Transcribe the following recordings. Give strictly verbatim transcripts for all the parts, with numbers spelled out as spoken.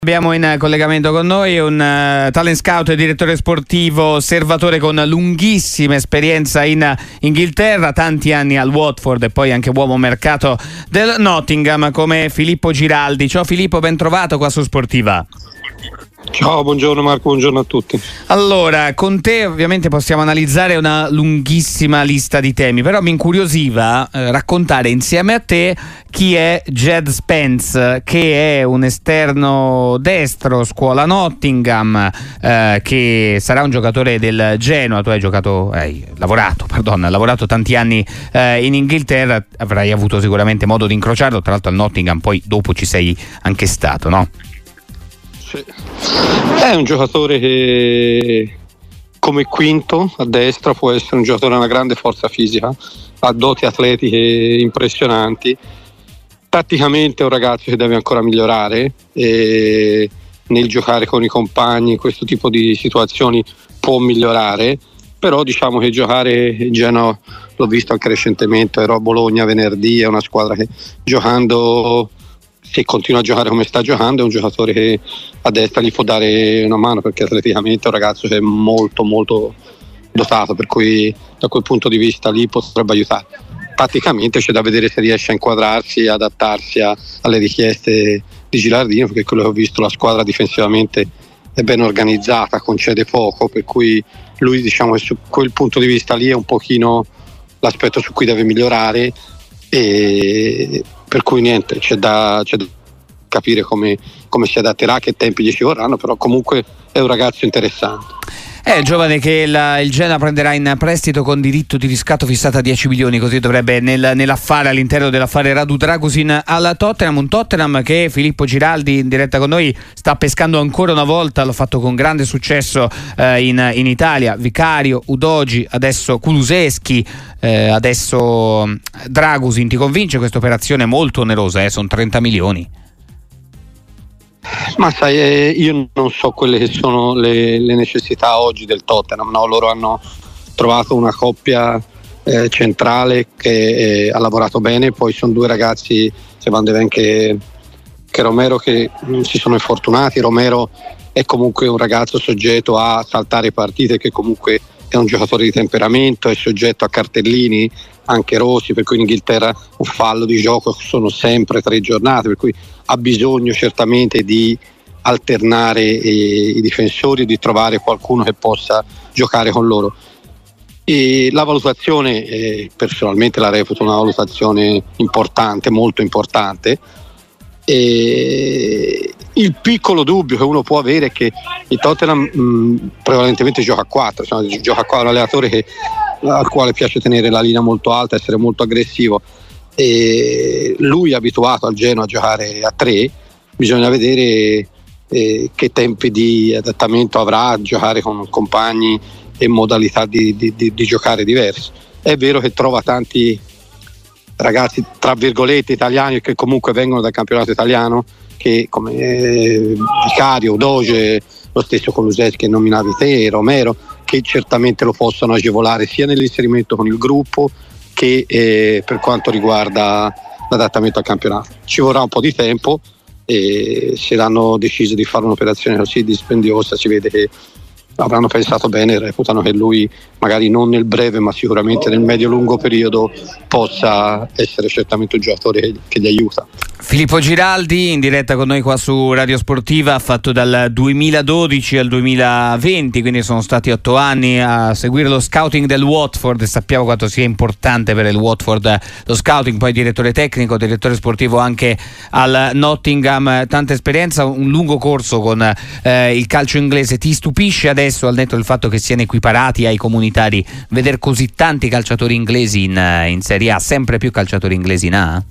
Abbiamo in collegamento con noi un uh, talent scout e direttore sportivo, osservatore con lunghissima esperienza in Inghilterra, tanti anni al Watford e poi anche uomo mercato del Nottingham come Filippo Giraldi. Ciao Filippo, ben trovato qua su Sportiva. Ciao, buongiorno Marco, buongiorno a tutti. Allora, con te ovviamente possiamo analizzare una lunghissima lista di temi, però mi incuriosiva eh, raccontare insieme a te chi è Jed Spence, che è un esterno destro, scuola Nottingham, eh, che sarà un giocatore del Genoa. Tu hai giocato, hai lavorato, pardon, hai lavorato tanti anni eh, in Inghilterra, avrai avuto sicuramente modo di incrociarlo, tra l'altro al Nottingham poi dopo ci sei anche stato, no? Sì. È un giocatore che come quinto a destra può essere un giocatore a una grande forza fisica, ha doti atletiche impressionanti. Tatticamente è un ragazzo che deve ancora migliorare e nel giocare con i compagni in questo tipo di situazioni può migliorare, però diciamo che giocare Genoa, l'ho visto anche recentemente, ero a Bologna venerdì, è una squadra che giocando, se continua a giocare come sta giocando, è un giocatore che a destra gli può dare una mano, perché atleticamente è un ragazzo che è molto molto dotato, per cui da quel punto di vista lì potrebbe aiutare. Tatticamente c'è da vedere se riesce a inquadrarsi e adattarsi a, alle richieste di Gilardino, perché quello che ho visto, la squadra difensivamente è ben organizzata, concede poco, per cui lui, diciamo che su quel punto di vista lì è un pochino l'aspetto su cui deve migliorare, e per cui niente, c'è da, c'è da capire come, come si adatterà, che tempi gli ci vorranno, però comunque è un ragazzo interessante. È giovane che la, il Genoa prenderà in prestito con diritto di riscatto fissato a dieci milioni, così dovrebbe nel, nell'affare, all'interno dell'affare Radu Dragusin alla Tottenham, un Tottenham che Filippo Giraldi in diretta con noi sta pescando ancora una volta, l'ha fatto con grande successo eh, in, in Italia, Vicario, Udogi, adesso Kulusevski, eh, adesso Dragusin. Ti convince questa operazione molto onerosa, eh? Sono trenta milioni? Ma sai, eh, io non so quelle che sono le, le necessità oggi del Tottenham, no? Loro hanno trovato una coppia eh, centrale che eh, ha lavorato bene, poi sono due ragazzi, sia Van de Ven che, che Romero, che mh, si sono infortunati. Romero è comunque un ragazzo soggetto a saltare partite, che comunque è un giocatore di temperamento, è soggetto a cartellini anche rossi, per cui in Inghilterra un fallo di gioco sono sempre tre giornate, per cui ha bisogno certamente di alternare eh, i difensori e di trovare qualcuno che possa giocare con loro. E la valutazione, eh, personalmente la reputo una valutazione importante, molto importante. E il piccolo dubbio che uno può avere è che il Tottenham mh, prevalentemente gioca a quattro, insomma, gioca a quattro, un allenatore che, al quale piace tenere la linea molto alta, essere molto aggressivo, e lui è abituato al Genoa a giocare a tre. Bisogna vedere eh, che tempi di adattamento avrà a giocare con compagni e modalità di, di, di, di giocare diverse. È vero che trova tanti ragazzi tra virgolette italiani che comunque vengono dal campionato italiano, che come eh, Vicario, Doge, lo stesso Kulusevski che nominavi te, Romero, che certamente lo possono agevolare sia nell'inserimento con il gruppo che eh, per quanto riguarda l'adattamento al campionato. Ci vorrà un po' di tempo, e se hanno deciso di fare un'operazione così dispendiosa si vede che avranno pensato bene e reputano che lui magari non nel breve ma sicuramente nel medio-lungo periodo possa essere certamente un giocatore che, che gli aiuta. Filippo Giraldi in diretta con noi qua su Radio Sportiva, ha fatto dal duemiladodici al duemilaventi, quindi sono stati otto anni a seguire lo scouting del Watford e sappiamo quanto sia importante per il Watford lo scouting, poi direttore tecnico, direttore sportivo anche al Nottingham, tanta esperienza, un lungo corso con eh, il calcio inglese. Ti stupisce adesso, al netto del fatto che siano equiparati ai comunitari, vedere così tanti calciatori inglesi in, in Serie A, sempre più calciatori inglesi in A?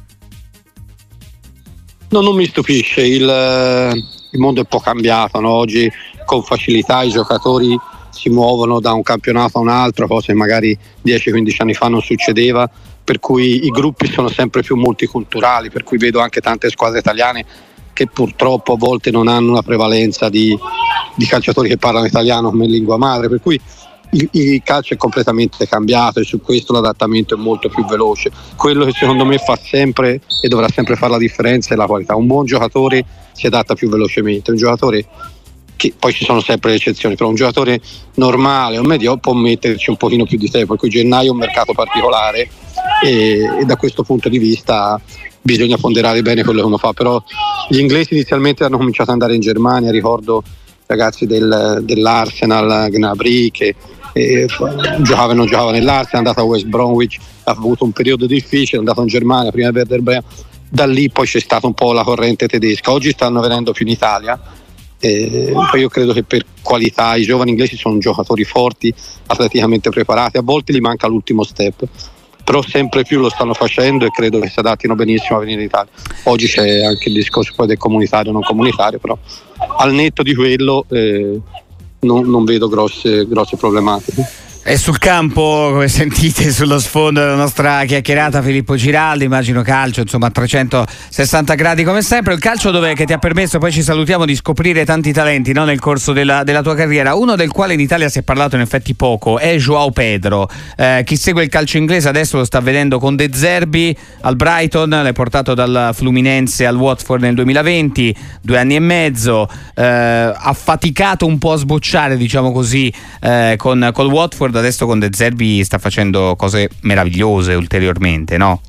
No, non mi stupisce, il, il mondo è un po' cambiato, no? Oggi con facilità i giocatori si muovono da un campionato a un altro, cosa che magari dieci quindici anni fa non succedeva, per cui i gruppi sono sempre più multiculturali, per cui vedo anche tante squadre italiane che purtroppo a volte non hanno una prevalenza di, di calciatori che parlano italiano come lingua madre, per cui il, il calcio è completamente cambiato e su questo l'adattamento è molto più veloce. Quello che secondo me fa sempre e dovrà sempre fare la differenza è la qualità. Un buon giocatore si adatta più velocemente, un giocatore che poi ci sono sempre le eccezioni, però un giocatore normale o medio può metterci un pochino più di tempo, per cui gennaio è un mercato particolare e, e da questo punto di vista bisogna ponderare bene quello che uno fa. Però gli inglesi inizialmente hanno cominciato ad andare in Germania, ricordo ragazzi del, dell'Arsenal, Gnabry, che eh, giocava e non giocava nell'Arsenal, è andato a West Bromwich, ha avuto un periodo difficile, è andato in Germania prima di Werder Bremen, da lì poi c'è stata un po' la corrente tedesca, oggi stanno venendo più in Italia. Eh, poi io credo che per qualità i giovani inglesi sono giocatori forti, atleticamente preparati, a volte gli manca l'ultimo step, però sempre più lo stanno facendo e credo che si adattino benissimo a venire in Italia. Oggi c'è anche il discorso poi del comunitario non comunitario, però al netto di quello eh, non, non vedo grosse, grosse problematiche. E sul campo, come sentite sullo sfondo della nostra chiacchierata, Filippo Giraldi, immagino calcio insomma a trecentosessanta gradi come sempre, il calcio dove che ti ha permesso, poi ci salutiamo, di scoprire tanti talenti, no, nel corso della, della tua carriera. Uno del quale in Italia si è parlato in effetti poco è João Pedro. Eh, chi segue il calcio inglese adesso lo sta vedendo con De Zerbi al Brighton, l'hai portato dal Fluminense al Watford nel duemilaventi, due anni e mezzo, eh, ha faticato un po' a sbocciare, diciamo così, eh, con col Watford. Adesso con De Zerbi sta facendo cose meravigliose ulteriormente, no?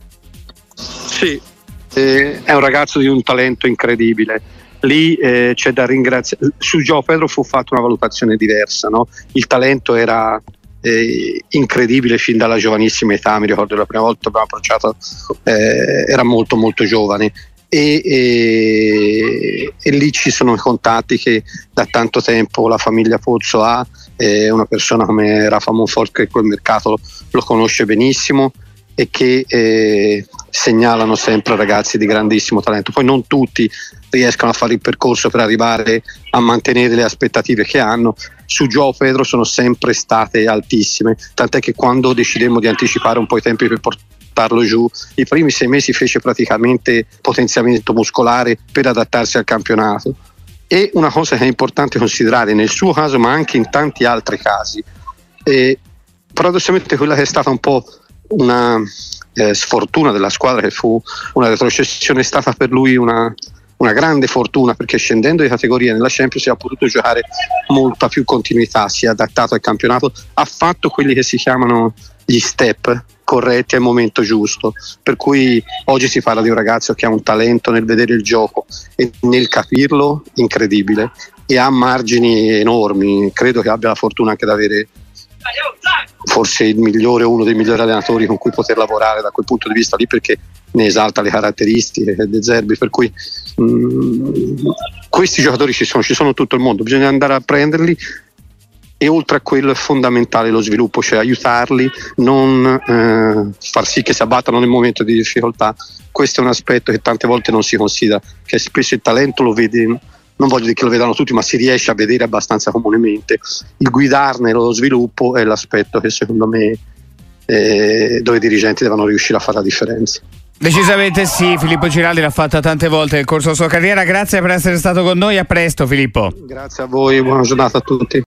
Sì, eh, è un ragazzo di un talento incredibile. Lì eh, c'è da ringraziare. Su João Pedro fu fatta una valutazione diversa, no? Il talento era eh, incredibile fin dalla giovanissima età. Mi ricordo la prima volta che abbiamo approcciato, eh, era molto molto giovane. E, e, e lì ci sono i contatti che da tanto tempo la famiglia Pozzo ha. Eh, una persona come Rafa Monfort che quel mercato lo conosce benissimo e che eh, segnalano sempre ragazzi di grandissimo talento. Poi non tutti riescono a fare il percorso per arrivare a mantenere le aspettative che hanno. Su João Pedro sono sempre state altissime, tant'è che quando decidemmo di anticipare un po' i tempi per portarlo giù, i primi sei mesi fece praticamente potenziamento muscolare per adattarsi al campionato. E una cosa che è importante considerare nel suo caso, ma anche in tanti altri casi, eh, paradossalmente quella che è stata un po' una eh, sfortuna della squadra, che fu una retrocessione, è stata per lui una, una grande fortuna, perché scendendo di categoria nella Champions ha potuto giocare molta più continuità, si è adattato al campionato, ha fatto quelli che si chiamano gli step corretti al momento giusto, per cui oggi si parla di un ragazzo che ha un talento nel vedere il gioco e nel capirlo incredibile e ha margini enormi. Credo che abbia la fortuna anche di avere forse il migliore, uno dei migliori allenatori con cui poter lavorare da quel punto di vista lì, perché ne esalta le caratteristiche De Zerbi, per cui mh, questi giocatori ci sono, ci sono in tutto il mondo, bisogna andare a prenderli. E oltre a quello è fondamentale lo sviluppo, cioè aiutarli, non eh, far sì che si abbattano nel momento di difficoltà. Questo è un aspetto che tante volte non si considera, che spesso il talento lo vede, non voglio dire che lo vedano tutti, ma si riesce a vedere abbastanza comunemente. Il guidarne lo sviluppo è l'aspetto che secondo me eh, dove i dirigenti devono riuscire a fare la differenza. Decisamente sì, Filippo Giraldi l'ha fatta tante volte nel corso della sua carriera. Grazie per essere stato con noi, a presto Filippo. Grazie a voi, buona giornata a tutti.